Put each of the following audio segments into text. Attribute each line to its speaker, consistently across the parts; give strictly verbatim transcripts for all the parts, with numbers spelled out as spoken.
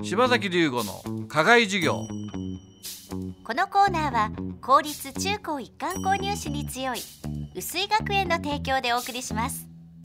Speaker 1: 柴崎龍吾の課外授業。
Speaker 2: このコーナーは公立中高一貫購入士に強い薄井学園の提供でお送りします。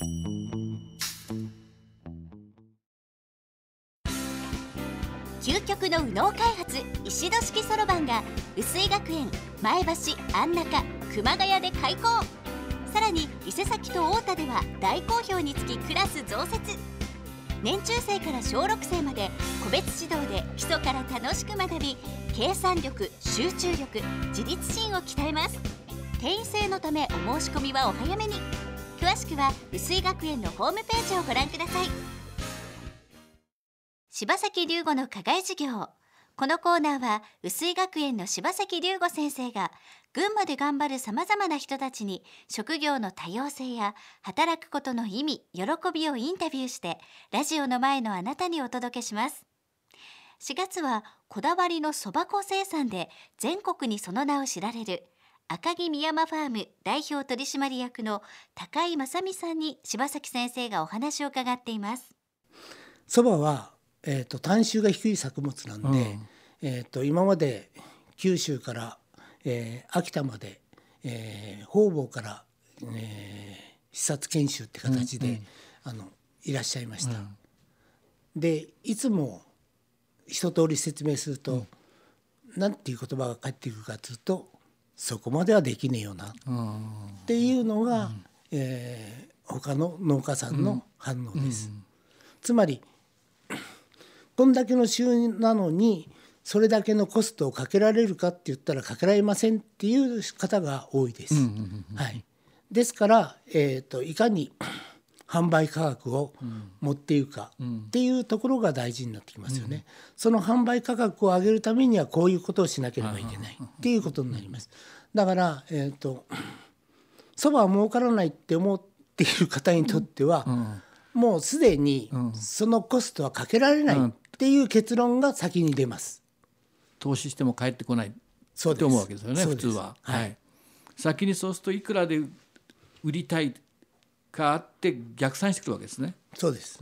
Speaker 2: 究極の右脳開発石戸式そろばんが薄井学園、前橋、安中、熊谷で開講。さらに伊勢崎と太田では大好評につきクラス増設。年中生から小ろく生まで個別指導で基礎から楽しく学び、計算力、集中力、自立心を鍛えます。定員制のためお申し込みはお早めに。詳しくは薄井学園のホームページをご覧ください。柴崎龍吾の課外授業。このコーナーは薄井学園の柴崎龍吾先生が群馬で頑張るさまざまな人たちに職業の多様性や働くことの意味、喜びをインタビューしてラジオの前のあなたにお届けします。しがつはこだわりのそば粉生産で全国にその名を知られる赤城みやまファーム代表取締役の高井正美さんに柴崎先生がお話を伺っています。
Speaker 3: そばはえー、と単収が低い作物なんで、うんえー、と今まで九州から、えー、秋田まで、えー、方々から、えー、視察研修って形で、うんうん、あのいらっしゃいました、うん、でいつも一通り説明すると、うん、なんていう言葉が返ってくるかというと、そこまではできねえよな、うん、っていうのが、うんえー、他の農家さんの反応です、うんうん、つまりこんだけの収入なのにそれだけのコストをかけられるかって言ったらかけられませんっていう方が多いです、うんうんうんはい、ですから、えーと、いかに販売価格を持っていくかっていうところが大事になってきますよね、うん、その販売価格を上げるためにはこういうことをしなければいけないっていうことになります。だから、えーと、そばは儲からないって思っている方にとっては、うんもうすでにそのコストはかけられないっていう結論が先に出ます。
Speaker 1: 投資しても返ってこないって思うわけですよね、普通は、はいはい、先にそうするといくらで売りたいかって逆算してくるわけですね。
Speaker 3: そうです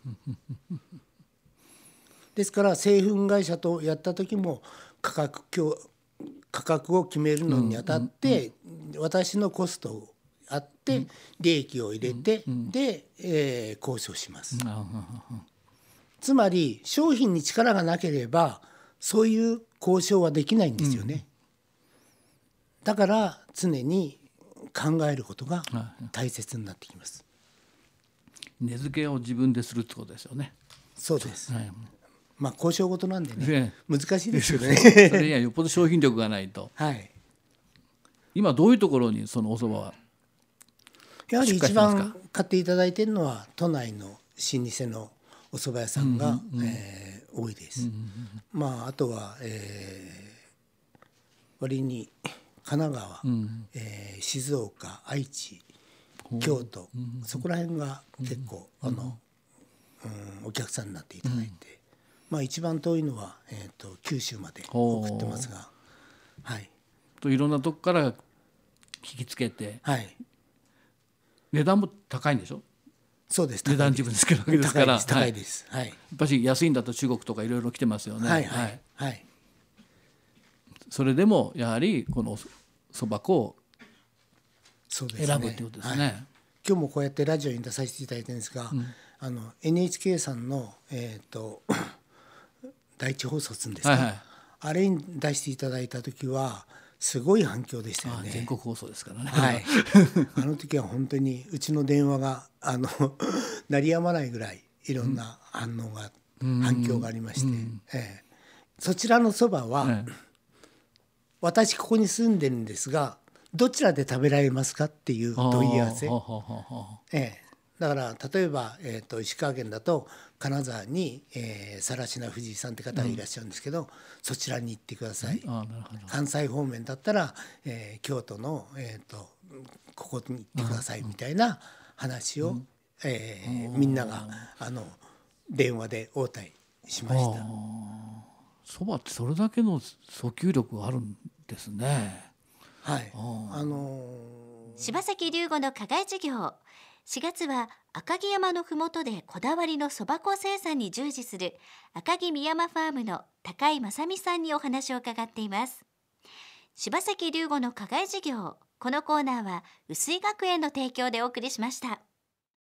Speaker 3: ですから製粉会社とやった時も価格、価格を決めるのにあたって、うんうん、私のコストをあって利益を入れて、うん、で、えー、交渉します、うん、つまり商品に力がなければそういう交渉はできないんですよね、うん、だから常に考えることが大切になってきます。
Speaker 1: 値付けを自分でするってことですよね。
Speaker 3: そうです、はい、まあ交渉事なんでね、ね難しいですよね
Speaker 1: それにはよっぽど商品力がないと、はい、今どういうところにそのお蕎麦は
Speaker 3: やはり一番買っていただいているのは都内の老舗のお蕎麦屋さんが、うんうんえー、多いです、うんうんまあ、あとは、えー、割に神奈川、うんえー、静岡、愛知、京都、うんうん、そこら辺が結構、うん、あのうん、お客さんになっていただいて、うんまあ、一番遠いのは、えー、と九州まで送ってますが、はい、
Speaker 1: といろんなとこから聞きつけて、
Speaker 3: はい
Speaker 1: 値段も高いんでしょ。
Speaker 3: そうです。
Speaker 1: 値段自分でつけるわけですから。
Speaker 3: 高いです。はい。
Speaker 1: やっぱり安いんだと中国とかいろいろ来てますよね。
Speaker 3: はいはい、はい、
Speaker 1: それでもやはりこのそば粉を選ぶということですね。はい、
Speaker 3: 今日もこうやってラジオに出させていただいてるんですが、うん、あの エヌエイチケー さんの、えー、と第一放送するんですか、はいはい、あれに出していただいた時はすごい反響でしたよね。
Speaker 1: 全国放送ですからね、
Speaker 3: はい、あの時は本当にうちの電話があの鳴りやまないぐらいいろんな反応が、うん、反響がありまして、うんええ、そちらのそばは、ええ、私ここに住んでるんですがどちらで食べられますかっていう問い合わせ、ええ、だから例えば、えー、と石川県だと金沢に、えー、更科藤井さんって方がいらっしゃるんですけど、うん、そちらに行ってください、うん、あなるほど。関西方面だったら、えー、京都の、えー、とここに行ってくださいみたいな話を、うんえー、みんながあの電話で応対しました。
Speaker 1: そばってそれだけの訴求力があるんですね。
Speaker 3: はい、あの
Speaker 2: ー、柴崎龍吾の課外授業。 しがつは赤城山のふもとでこだわりのそば粉生産に従事する赤城みやまファームの高井正美さんにお話を伺っています。柴崎龍吾の課外授業、このコーナーは碓井学園の提供でお送りしました。